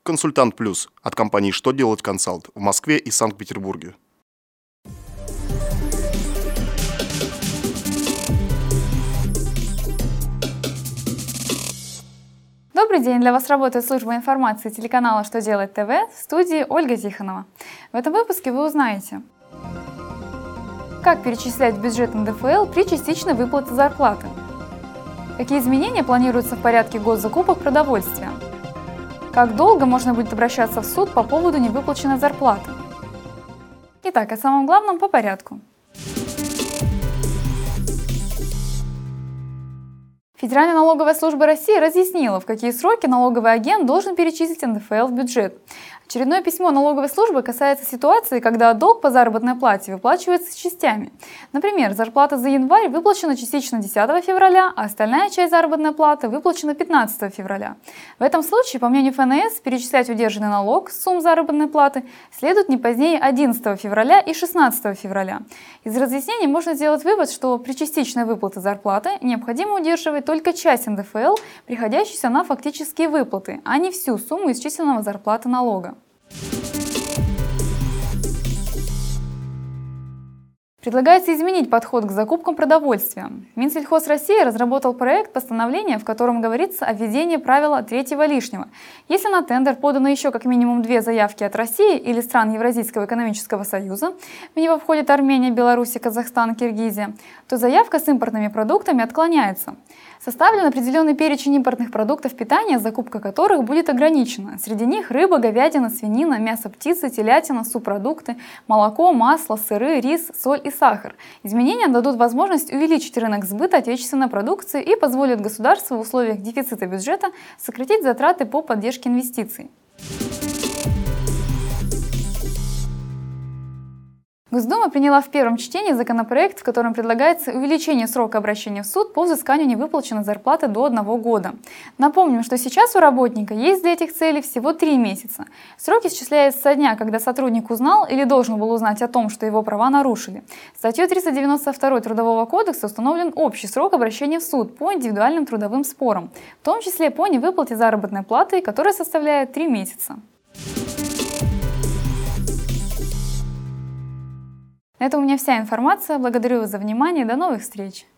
Консультант Плюс от компании «Что делать консалт» в Москве и Санкт-Петербурге. Добрый день! Для вас работает служба информации телеканала «Что делать ТВ», в студии Ольга Тихонова. В этом выпуске вы узнаете, как перечислять в бюджет НДФЛ при частичной выплате зарплаты, какие изменения планируются в порядке госзакупок продовольствия, как долго можно будет обращаться в суд по поводу невыплаченной зарплаты. Итак, о самом главном по порядку. Федеральная налоговая служба России разъяснила, в какие сроки налоговый агент должен перечислить НДФЛ в бюджет. Очередное письмо налоговой службы касается ситуации, когда долг по заработной плате выплачивается частями. Например, зарплата за январь выплачена частично 10 февраля, а остальная часть заработной платы выплачена 15 февраля. В этом случае, по мнению ФНС, перечислять удержанный налог с сумм заработной платы следует не позднее 11 февраля и 16 февраля. Из разъяснений можно сделать вывод, что при частичной выплате зарплаты необходимо удерживать только часть НДФЛ, приходящуюся на фактические выплаты, а не всю сумму исчисленного зарплаты налога. Предлагается изменить подход к закупкам продовольствия. Минсельхоз России разработал проект постановления, в котором говорится о введении правила третьего лишнего. Если на тендер подано еще как минимум 2 заявки от России или стран Евразийского экономического союза, в него входят Армения, Беларусь, Казахстан, Киргизия, то заявка с импортными продуктами отклоняется. Составлен определенный перечень импортных продуктов питания, закупка которых будет ограничена. Среди них рыба, говядина, свинина, мясо птицы, телятина, субпродукты, молоко, масло, сыры, рис, соль и сахар. Изменения дадут возможность увеличить рынок сбыта отечественной продукции и позволят государству в условиях дефицита бюджета сократить затраты по поддержке инвестиций. Госдума приняла в первом чтении законопроект, в котором предлагается увеличение срока обращения в суд по взысканию невыплаченной зарплаты до 1 года. Напомним, что сейчас у работника есть для этих целей всего 3 месяца. Срок исчисляется со дня, когда сотрудник узнал или должен был узнать о том, что его права нарушили. Статьей 392 Трудового кодекса установлен общий срок обращения в суд по индивидуальным трудовым спорам, в том числе по невыплате заработной платы, которая составляет 3 месяца. На этом у меня вся информация. Благодарю вас за внимание. До новых встреч!